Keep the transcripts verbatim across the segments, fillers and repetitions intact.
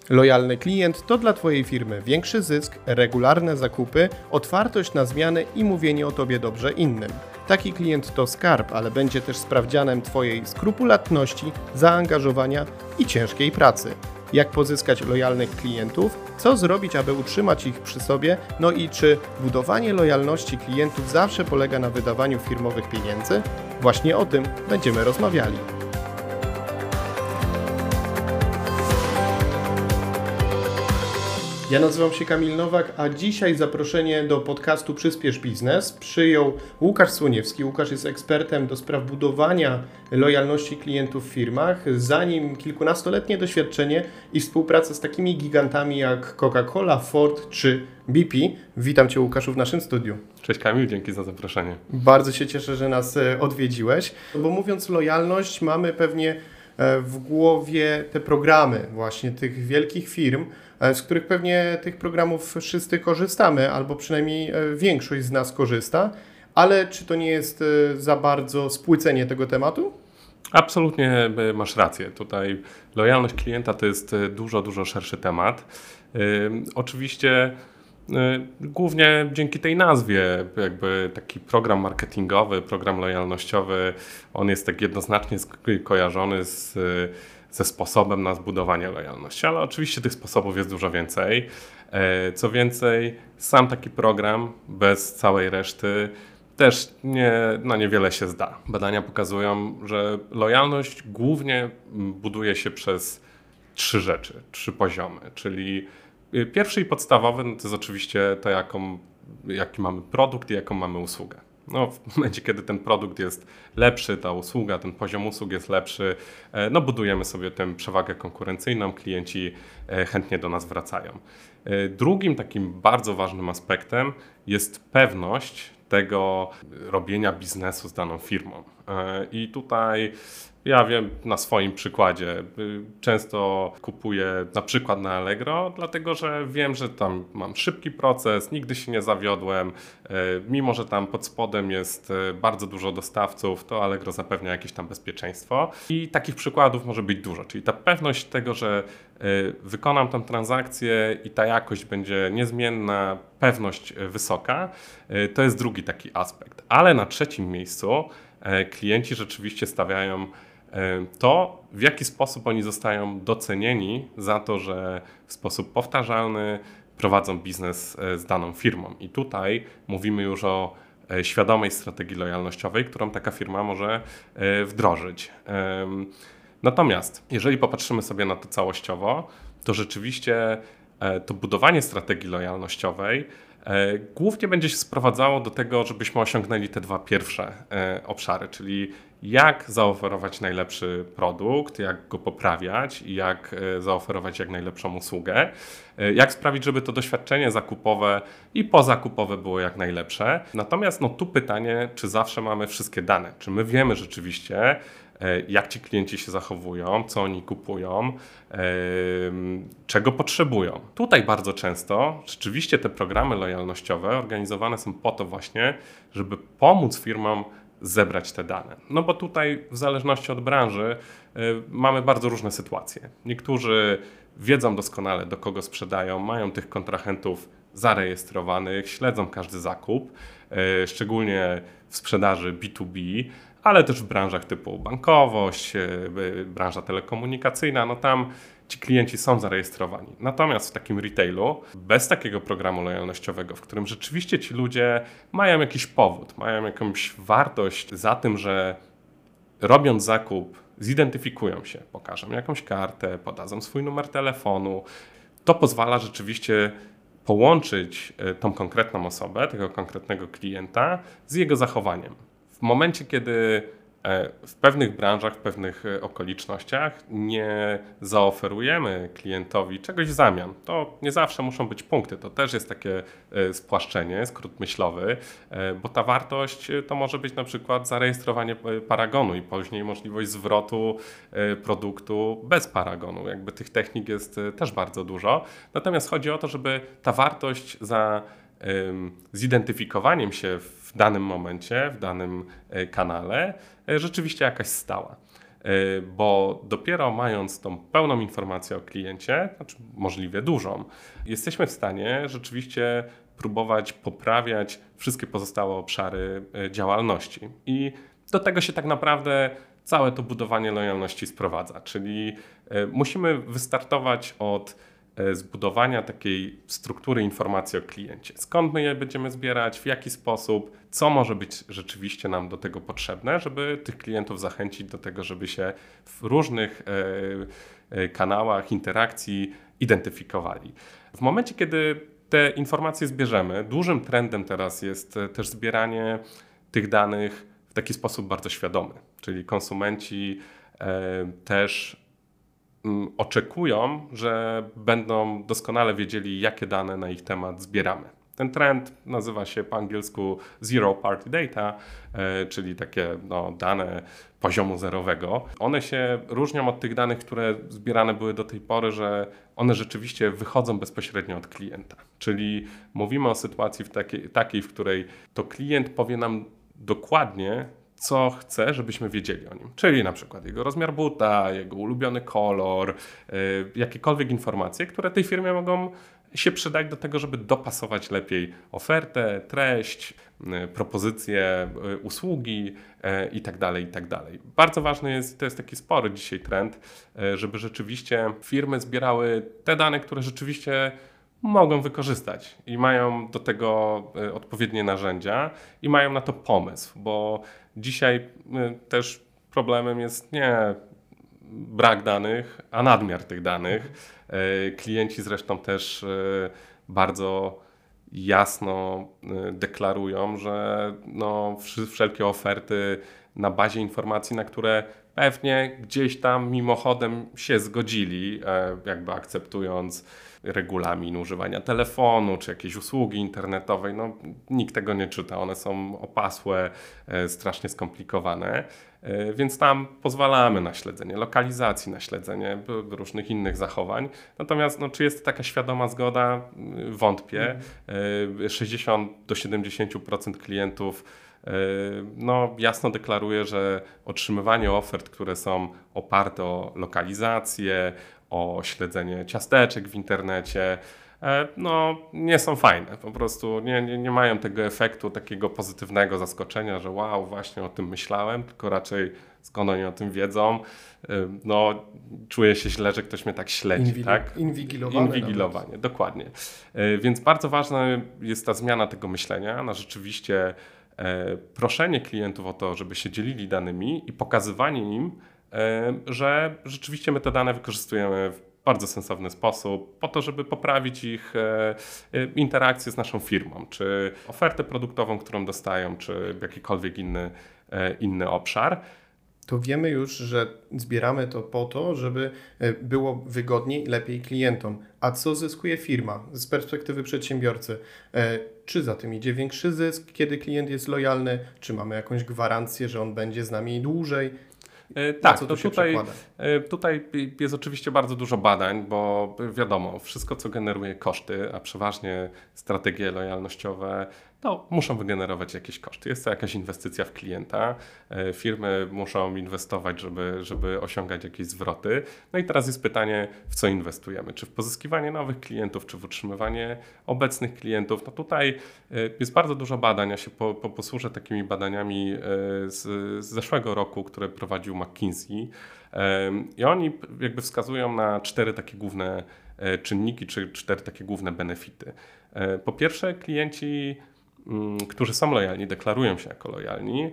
Lojalny klient to dla Twojej firmy większy zysk, regularne zakupy, otwartość na zmiany i mówienie o Tobie dobrze innym. Taki klient to skarb, ale będzie też sprawdzianem Twojej skrupulatności, zaangażowania i ciężkiej pracy. Jak pozyskać lojalnych klientów, co zrobić, aby utrzymać ich przy sobie, no i czy budowanie lojalności klientów zawsze polega na wydawaniu firmowych pieniędzy? Właśnie o tym będziemy rozmawiali. Ja nazywam się Kamil Nowak, a dzisiaj zaproszenie do podcastu Przyspiesz Biznes przyjął Łukasz Słoniewski. Łukasz jest ekspertem do spraw budowania lojalności klientów w firmach. Za nim kilkunastoletnie doświadczenie i współpraca z takimi gigantami jak Coca-Cola, Ford czy B P. Witam Cię, Łukaszu, w naszym studiu. Cześć Kamil, dzięki za zaproszenie. Bardzo się cieszę, że nas odwiedziłeś, bo mówiąc lojalność, mamy pewnie w głowie te programy właśnie tych wielkich firm, z których pewnie tych programów wszyscy korzystamy, albo przynajmniej większość z nas korzysta, ale czy to nie jest za bardzo spłycenie tego tematu? Absolutnie masz rację. Tutaj lojalność klienta to jest dużo, dużo szerszy temat. Yy, oczywiście yy, głównie dzięki tej nazwie, jakby taki program marketingowy, program lojalnościowy, on jest tak jednoznacznie kojarzony z ze sposobem na zbudowanie lojalności, ale oczywiście tych sposobów jest dużo więcej. Co więcej, sam taki program bez całej reszty też nie, no niewiele się zda. Badania pokazują, że lojalność głównie buduje się przez trzy rzeczy, trzy poziomy, czyli pierwszy i podstawowy no to jest oczywiście to, jaką, jaki mamy produkt i jaką mamy usługę. No, w momencie, kiedy ten produkt jest lepszy, ta usługa, ten poziom usług jest lepszy, no budujemy sobie tę przewagę konkurencyjną, klienci chętnie do nas wracają. Drugim takim bardzo ważnym aspektem jest pewność tego robienia biznesu z daną firmą. I tutaj ja wiem na swoim przykładzie, często kupuję na przykład na Allegro, dlatego że wiem, że tam mam szybki proces, nigdy się nie zawiodłem, mimo że tam pod spodem jest bardzo dużo dostawców, to Allegro zapewnia jakieś tam bezpieczeństwo i takich przykładów może być dużo, czyli ta pewność tego, że wykonam tę transakcję i ta jakość będzie niezmienna, pewność wysoka, to jest drugi taki aspekt, ale na trzecim miejscu klienci rzeczywiście stawiają to, w jaki sposób oni zostają docenieni za to, że w sposób powtarzalny prowadzą biznes z daną firmą. I tutaj mówimy już o świadomej strategii lojalnościowej, którą taka firma może wdrożyć. Natomiast jeżeli popatrzymy sobie na to całościowo, to rzeczywiście to budowanie strategii lojalnościowej głównie będzie się sprowadzało do tego, żebyśmy osiągnęli te dwa pierwsze obszary, czyli jak zaoferować najlepszy produkt, jak go poprawiać i jak zaoferować jak najlepszą usługę, jak sprawić, żeby to doświadczenie zakupowe i pozakupowe było jak najlepsze. Natomiast no, tu pytanie, czy zawsze mamy wszystkie dane, czy my wiemy rzeczywiście, jak ci klienci się zachowują, co oni kupują, czego potrzebują. Tutaj bardzo często rzeczywiście te programy lojalnościowe organizowane są po to właśnie, żeby pomóc firmom zebrać te dane. No bo tutaj w zależności od branży mamy bardzo różne sytuacje. Niektórzy wiedzą doskonale, do kogo sprzedają, mają tych kontrahentów zarejestrowanych, śledzą każdy zakup, szczególnie w sprzedaży B dwa B, ale też w branżach typu bankowość, branża telekomunikacyjna, no tam ci klienci są zarejestrowani. Natomiast w takim retailu, bez takiego programu lojalnościowego, w którym rzeczywiście ci ludzie mają jakiś powód, mają jakąś wartość za tym, że robiąc zakup zidentyfikują się, pokażą jakąś kartę, podadzą swój numer telefonu, to pozwala rzeczywiście połączyć tą konkretną osobę, tego konkretnego klienta z jego zachowaniem. W momencie, kiedy w pewnych branżach, w pewnych okolicznościach nie zaoferujemy klientowi czegoś w zamian, to nie zawsze muszą być punkty. To też jest takie spłaszczenie, skrót myślowy, bo ta wartość to może być na przykład zarejestrowanie paragonu i później możliwość zwrotu produktu bez paragonu. Jakby tych technik jest też bardzo dużo. Natomiast chodzi o to, żeby ta wartość za zidentyfikowaniem się w danym momencie, w danym kanale rzeczywiście jakaś stała. bo dopiero mając tą pełną informację o kliencie, znaczy możliwie dużą, jesteśmy w stanie rzeczywiście próbować poprawiać wszystkie pozostałe obszary działalności. I do tego się tak naprawdę całe to budowanie lojalności sprowadza, czyli musimy wystartować od zbudowania takiej struktury informacji o kliencie. Skąd my je będziemy zbierać, w jaki sposób, co może być rzeczywiście nam do tego potrzebne, żeby tych klientów zachęcić do tego, żeby się w różnych kanałach interakcji identyfikowali. W momencie, kiedy te informacje zbierzemy, dużym trendem teraz jest też zbieranie tych danych w taki sposób bardzo świadomy, czyli konsumenci też oczekują, że będą doskonale wiedzieli, jakie dane na ich temat zbieramy. Ten trend nazywa się po angielsku Zero Party Data, czyli takie no, dane poziomu zerowego. One się różnią od tych danych, które zbierane były do tej pory, że one rzeczywiście wychodzą bezpośrednio od klienta. Czyli mówimy o sytuacji w takiej, takiej, w której to klient powie nam dokładnie, co chce, żebyśmy wiedzieli o nim. Czyli na przykład jego rozmiar buta, jego ulubiony kolor, yy, jakiekolwiek informacje, które tej firmie mogą się przydać do tego, żeby dopasować lepiej ofertę, treść, yy, propozycje, yy, usługi yy, itd., itd. Bardzo ważny jest, to jest taki spory dzisiaj trend, yy, żeby rzeczywiście firmy zbierały te dane, które rzeczywiście mogą wykorzystać i mają do tego odpowiednie narzędzia i mają na to pomysł, bo dzisiaj też problemem jest nie brak danych, a nadmiar tych danych. Klienci zresztą też bardzo jasno deklarują, że no wszelkie oferty na bazie informacji, na które pewnie gdzieś tam mimochodem się zgodzili, jakby akceptując regulamin używania telefonu czy jakiejś usługi internetowej. No, nikt tego nie czyta. One są opasłe, strasznie skomplikowane, więc tam pozwalamy na śledzenie lokalizacji, na śledzenie różnych innych zachowań. Natomiast no, czy jest taka świadoma zgoda? Wątpię. sześćdziesiąt do siedemdziesięciu procent klientów no, jasno deklaruje, że otrzymywanie ofert, które są oparte o lokalizację, o śledzenie ciasteczek w internecie, no nie są fajne. Po prostu nie, nie, nie mają tego efektu takiego pozytywnego zaskoczenia, że wow, właśnie o tym myślałem, tylko raczej skąd oni o tym wiedzą. No czuję się źle, że ktoś mnie tak śledzi. Inwi- tak? Inwigilowane. Inwigilowanie, nawet. Dokładnie. Więc bardzo ważna jest ta zmiana tego myślenia na rzeczywiście proszenie klientów o to, żeby się dzielili danymi i pokazywanie im, że rzeczywiście my te dane wykorzystujemy w bardzo sensowny sposób po to, żeby poprawić ich interakcję z naszą firmą, czy ofertę produktową, którą dostają, czy jakikolwiek inny, inny obszar. To wiemy już, że zbieramy to po to, żeby było wygodniej i lepiej klientom. A co zyskuje firma z perspektywy przedsiębiorcy? Czy za tym idzie większy zysk, kiedy klient jest lojalny? Czy mamy jakąś gwarancję, że on będzie z nami dłużej? Tak, to tutaj, tutaj jest oczywiście bardzo dużo badań, bo wiadomo, wszystko co generuje koszty, a przeważnie strategie lojalnościowe, no, muszą wygenerować jakieś koszty. Jest to jakaś inwestycja w klienta. Firmy muszą inwestować, żeby, żeby osiągać jakieś zwroty. No i teraz jest pytanie, w co inwestujemy? Czy w pozyskiwanie nowych klientów, czy w utrzymywanie obecnych klientów? No tutaj jest bardzo dużo badań. Ja się po, po, posłużę takimi badaniami z, z zeszłego roku, które prowadził McKinsey. I oni jakby wskazują na cztery takie główne czynniki, czy cztery takie główne benefity. Po pierwsze, klienci, którzy są lojalni, deklarują się jako lojalni,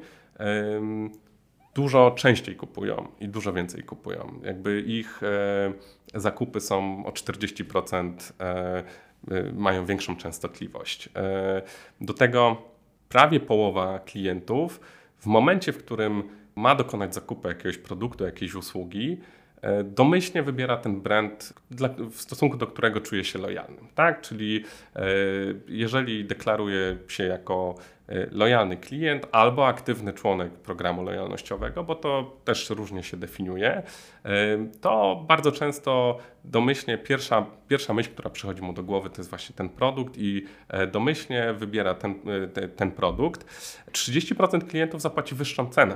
dużo częściej kupują i dużo więcej kupują. Jakby ich zakupy są o czterdzieści procent, mają większą częstotliwość. Do tego prawie połowa klientów w momencie, w którym ma dokonać zakupu jakiegoś produktu, jakiejś usługi, domyślnie wybiera ten brand, dla, w stosunku do którego czuje się lojalnym. Tak? Czyli e, jeżeli deklaruje się jako lojalny klient albo aktywny członek programu lojalnościowego, bo to też różnie się definiuje, e, to bardzo często domyślnie pierwsza, pierwsza myśl, która przychodzi mu do głowy, to jest właśnie ten produkt i e, domyślnie wybiera ten, te, ten produkt. trzydzieści procent klientów zapłaci wyższą cenę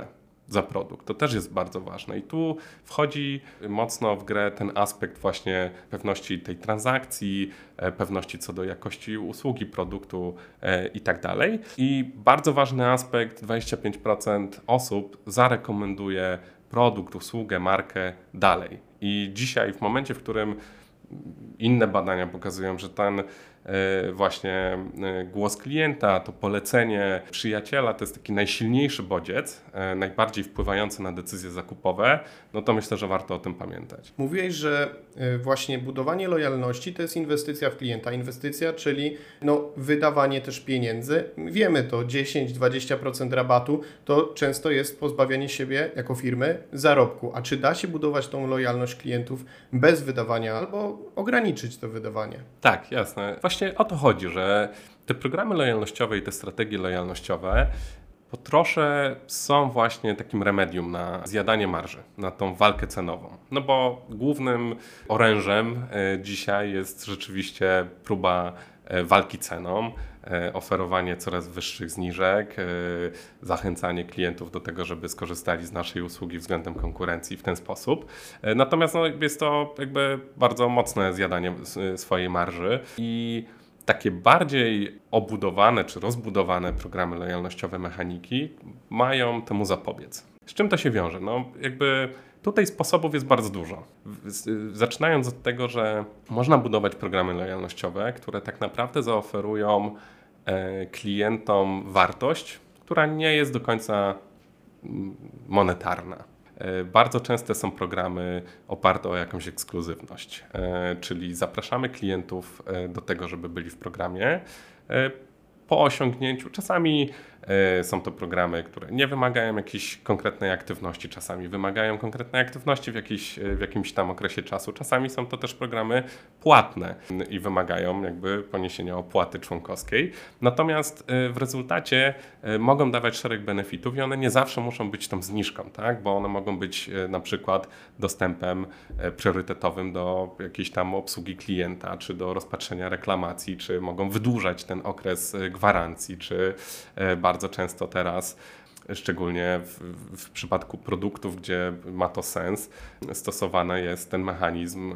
za produkt. To też jest bardzo ważne i tu wchodzi mocno w grę ten aspekt właśnie pewności tej transakcji, pewności co do jakości usługi, produktu i tak dalej. I bardzo ważny aspekt, dwadzieścia pięć procent osób zarekomenduje produkt, usługę, markę dalej. I dzisiaj w momencie, w którym inne badania pokazują, że ten właśnie głos klienta, to polecenie przyjaciela to jest taki najsilniejszy bodziec, najbardziej wpływający na decyzje zakupowe, no to myślę, że warto o tym pamiętać. Mówiłeś, że właśnie budowanie lojalności to jest inwestycja w klienta. Inwestycja, czyli no, wydawanie też pieniędzy. Wiemy to, dziesięć do dwudziestu procent rabatu to często jest pozbawianie siebie jako firmy zarobku. A czy da się budować tą lojalność klientów bez wydawania albo ograniczyć to wydawanie? Tak, jasne. Właśnie o to chodzi, że te programy lojalnościowe i te strategie lojalnościowe po trosze są właśnie takim remedium na zjadanie marży, na tą walkę cenową. No bo głównym orężem dzisiaj jest rzeczywiście próba walki ceną, oferowanie coraz wyższych zniżek, zachęcanie klientów do tego, żeby skorzystali z naszej usługi względem konkurencji w ten sposób. Natomiast no, jest to jakby bardzo mocne zjadanie swojej marży i takie bardziej obudowane czy rozbudowane programy lojalnościowe, mechaniki mają temu zapobiec. Z czym to się wiąże? No jakby tutaj sposobów jest bardzo dużo. Zaczynając od tego, że można budować programy lojalnościowe, które tak naprawdę zaoferują klientom wartość, która nie jest do końca monetarna. Bardzo częste są programy oparte o jakąś ekskluzywność, czyli zapraszamy klientów do tego, żeby byli w programie po osiągnięciu. Czasami są to programy, które nie wymagają jakiejś konkretnej aktywności, czasami wymagają konkretnej aktywności w, jakiś, w jakimś tam okresie czasu. Czasami są to też programy płatne i wymagają jakby poniesienia opłaty członkowskiej. Natomiast w rezultacie mogą dawać szereg benefitów i one nie zawsze muszą być tą zniżką, tak? Bo one mogą być na przykład dostępem priorytetowym do jakiejś tam obsługi klienta, czy do rozpatrzenia reklamacji, czy mogą wydłużać ten okres gwarancji, czy bardzo często teraz, szczególnie w, w przypadku produktów, gdzie ma to sens, stosowany jest ten mechanizm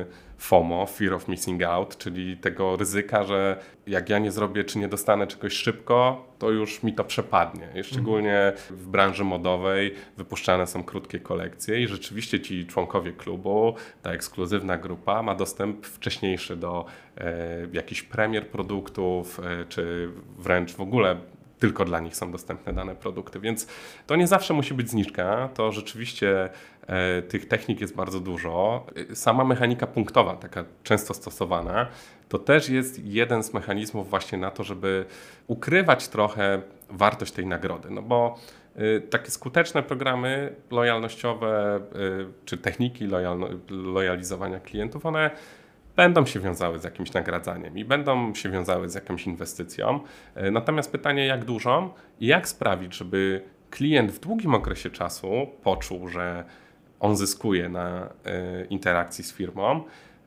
FOMO, Fear of Missing Out, czyli tego ryzyka, że jak ja nie zrobię czy nie dostanę czegoś szybko, to już mi to przepadnie. I szczególnie w branży modowej wypuszczane są krótkie kolekcje i rzeczywiście ci członkowie klubu, ta ekskluzywna grupa ma dostęp wcześniejszy do e, jakichś premier produktów, e, czy wręcz w ogóle tylko dla nich są dostępne dane produkty, więc to nie zawsze musi być zniżka, to rzeczywiście e, tych technik jest bardzo dużo. Sama mechanika punktowa, taka często stosowana, to też jest jeden z mechanizmów właśnie na to, żeby ukrywać trochę wartość tej nagrody, no bo y, takie skuteczne programy lojalnościowe y, czy techniki lojalno, lojalizowania klientów, one będą się wiązały z jakimś nagradzaniem i będą się wiązały z jakąś inwestycją. Natomiast pytanie, jak dużą i jak sprawić, żeby klient w długim okresie czasu poczuł, że on zyskuje na interakcji z firmą,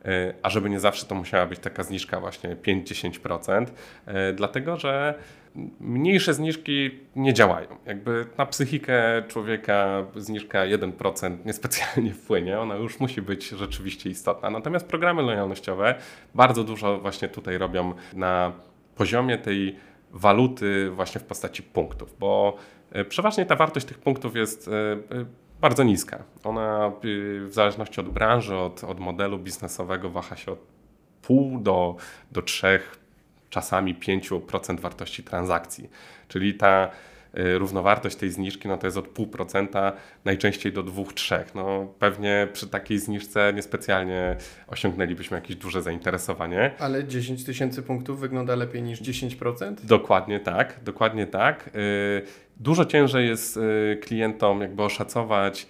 a żeby nie zawsze to musiała być taka zniżka właśnie pięć do dziesięciu procent, dlatego że mniejsze zniżki nie działają. Jakby na psychikę człowieka zniżka jeden procent niespecjalnie wpłynie, ona już musi być rzeczywiście istotna. Natomiast programy lojalnościowe bardzo dużo właśnie tutaj robią na poziomie tej waluty właśnie w postaci punktów, bo przeważnie ta wartość tych punktów jest bardzo niska. Ona w zależności od branży, od, od modelu biznesowego waha się od pół do, do trzech, czasami pięć procent wartości transakcji. Czyli ta y, równowartość tej zniżki no to jest od pół procenta, najczęściej do dwóch do trzech. No, pewnie przy takiej zniżce niespecjalnie osiągnęlibyśmy jakieś duże zainteresowanie. Ale dziesięć tysięcy punktów wygląda lepiej niż dziesięć procent? Dokładnie tak, dokładnie tak. Y, dużo ciężej jest y, klientom jakby oszacować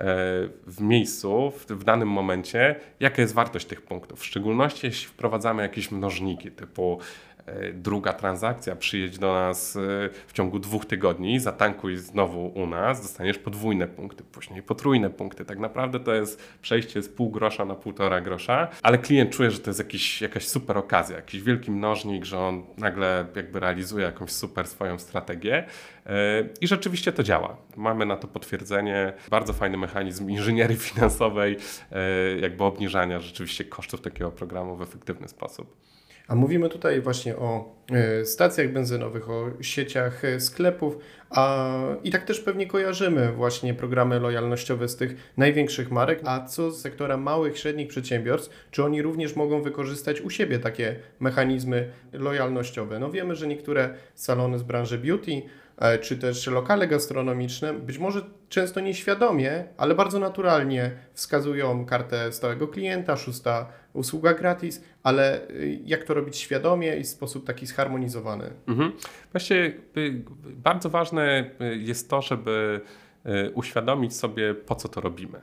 w miejscu, w, w danym momencie, jaka jest wartość tych punktów. W szczególności jeśli wprowadzamy jakieś mnożniki typu druga transakcja, przyjedź do nas w ciągu dwóch tygodni, zatankuj znowu u nas, dostaniesz podwójne punkty, później potrójne punkty. Tak naprawdę to jest przejście z pół grosza na półtora grosza, ale klient czuje, że to jest jakiś, jakaś super okazja, jakiś wielki mnożnik, że on nagle jakby realizuje jakąś super swoją strategię i rzeczywiście to działa. Mamy na to potwierdzenie, bardzo fajny mechanizm inżynierii finansowej, jakby obniżania rzeczywiście kosztów takiego programu w efektywny sposób. A mówimy tutaj właśnie o stacjach benzynowych, o sieciach sklepów, a i tak też pewnie kojarzymy właśnie programy lojalnościowe z tych największych marek. A co z sektora małych, średnich przedsiębiorstw? Czy oni również mogą wykorzystać u siebie takie mechanizmy lojalnościowe? No wiemy, że niektóre salony z branży beauty, czy też lokale gastronomiczne, być może często nieświadomie, ale bardzo naturalnie wskazują kartę stałego klienta, szósta usługa gratis, ale jak to robić świadomie i w sposób taki zharmonizowany? Mhm. Właściwie bardzo ważne jest to, żeby uświadomić sobie, po co to robimy.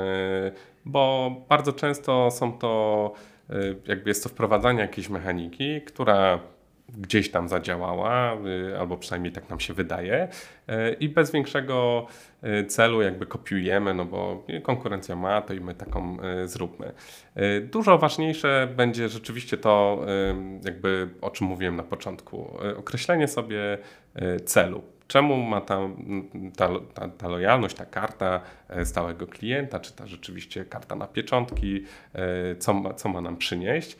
Bo bardzo często są to, jakby jest to wprowadzanie jakiejś mechaniki, która gdzieś tam zadziałała, albo przynajmniej tak nam się wydaje i bez większego celu jakby kopiujemy, no bo konkurencja ma, to i my taką zróbmy. Dużo ważniejsze będzie rzeczywiście to, jakby o czym mówiłem na początku, określenie sobie celu. Czemu ma ta, ta, ta, ta lojalność, ta karta stałego klienta, czy ta rzeczywiście karta na pieczątki, co ma, co ma nam przynieść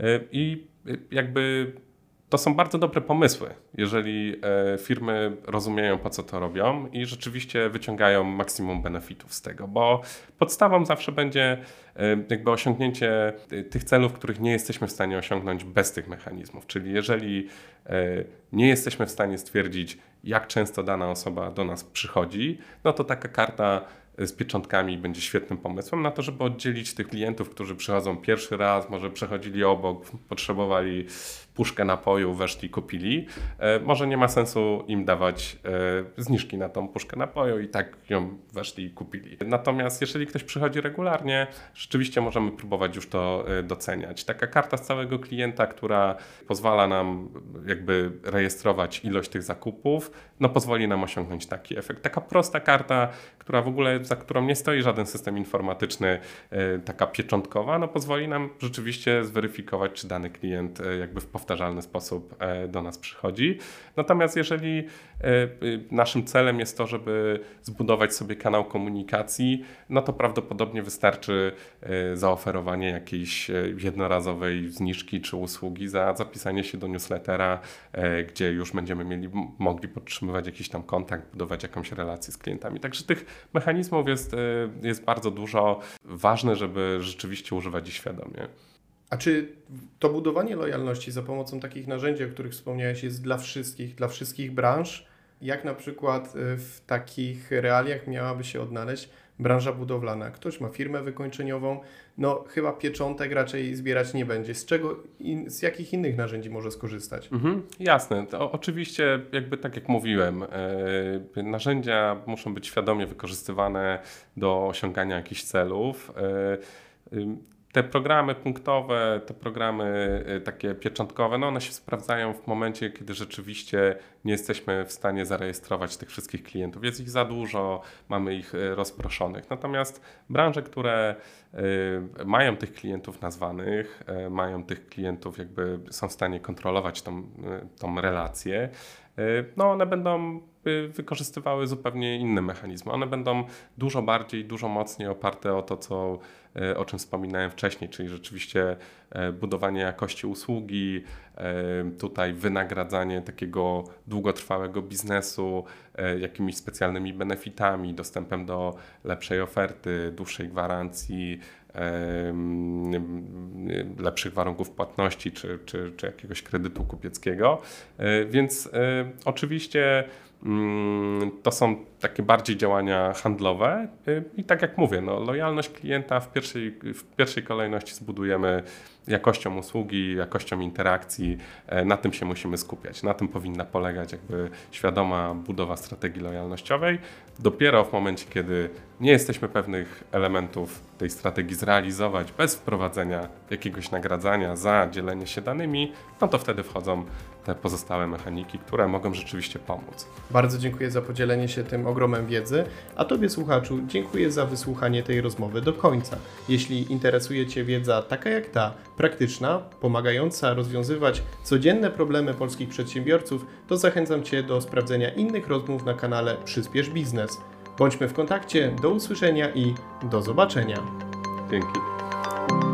i jakby to są bardzo dobre pomysły, jeżeli firmy rozumieją, po co to robią i rzeczywiście wyciągają maksimum benefitów z tego, bo podstawą zawsze będzie jakby osiągnięcie tych celów, których nie jesteśmy w stanie osiągnąć bez tych mechanizmów. Czyli jeżeli nie jesteśmy w stanie stwierdzić, jak często dana osoba do nas przychodzi, no to taka karta z pieczątkami będzie świetnym pomysłem na to, żeby oddzielić tych klientów, którzy przychodzą pierwszy raz, może przechodzili obok, potrzebowali puszkę napoju, weszli, kupili. Może nie ma sensu im dawać zniżki na tą puszkę napoju i tak ją weszli i kupili. Natomiast jeżeli ktoś przychodzi regularnie, rzeczywiście możemy próbować już to doceniać. Taka karta z całego klienta, która pozwala nam jakby rejestrować ilość tych zakupów, no pozwoli nam osiągnąć taki efekt. Taka prosta karta, która w ogóle, za którą nie stoi żaden system informatyczny, taka pieczątkowa, no pozwoli nam rzeczywiście zweryfikować, czy dany klient jakby w powtarzalny sposób do nas przychodzi. Natomiast jeżeli naszym celem jest to, żeby zbudować sobie kanał komunikacji, no to prawdopodobnie wystarczy zaoferowanie jakiejś jednorazowej zniżki czy usługi za zapisanie się do newslettera, gdzie już będziemy mieli, mogli podtrzymywać jakiś tam kontakt, budować jakąś relację z klientami. Także tych mechanizmów jest, jest bardzo dużo. Ważne, żeby rzeczywiście używać ich świadomie. A czy to budowanie lojalności za pomocą takich narzędzi, o których wspomniałeś, jest dla wszystkich, dla wszystkich branż? Jak na przykład w takich realiach miałaby się odnaleźć branża budowlana? Ktoś ma firmę wykończeniową, no chyba pieczątek raczej zbierać nie będzie. Z czego, in, z jakich innych narzędzi może skorzystać? Mhm, jasne. To oczywiście, jakby tak jak mówiłem, yy, narzędzia muszą być świadomie wykorzystywane do osiągania jakichś celów. Yy, yy, Te programy punktowe, te programy takie pieczątkowe, no one się sprawdzają w momencie, kiedy rzeczywiście nie jesteśmy w stanie zarejestrować tych wszystkich klientów. Jest ich za dużo, mamy ich rozproszonych. Natomiast branże, które mają tych klientów nazwanych, mają tych klientów, jakby są w stanie kontrolować tą, tą relację, no one będą wykorzystywały zupełnie inne mechanizmy. One będą dużo bardziej, dużo mocniej oparte o to, co, o czym wspominałem wcześniej, czyli rzeczywiście budowanie jakości usługi, tutaj wynagradzanie takiego długotrwałego biznesu jakimiś specjalnymi benefitami, dostępem do lepszej oferty, dłuższej gwarancji, lepszych warunków płatności czy, czy, czy jakiegoś kredytu kupieckiego. Więc oczywiście To są takie bardziej działania handlowe i tak jak mówię, no, lojalność klienta w pierwszej, w pierwszej kolejności zbudujemy jakością usługi, jakością interakcji. Na tym się musimy skupiać. Na tym powinna polegać jakby świadoma budowa strategii lojalnościowej. Dopiero w momencie, kiedy nie jesteśmy pewnych elementów tej strategii zrealizować bez wprowadzenia jakiegoś nagradzania za dzielenie się danymi, no to wtedy wchodzą te pozostałe mechaniki, które mogą rzeczywiście pomóc. Bardzo dziękuję za podzielenie się tym ogromem wiedzy, a Tobie, słuchaczu, dziękuję za wysłuchanie tej rozmowy do końca. Jeśli interesuje Cię wiedza taka jak ta, praktyczna, pomagająca rozwiązywać codzienne problemy polskich przedsiębiorców, to zachęcam Cię do sprawdzenia innych rozmów na kanale Przyspiesz Biznes. Bądźmy w kontakcie, do usłyszenia i do zobaczenia. Dzięki.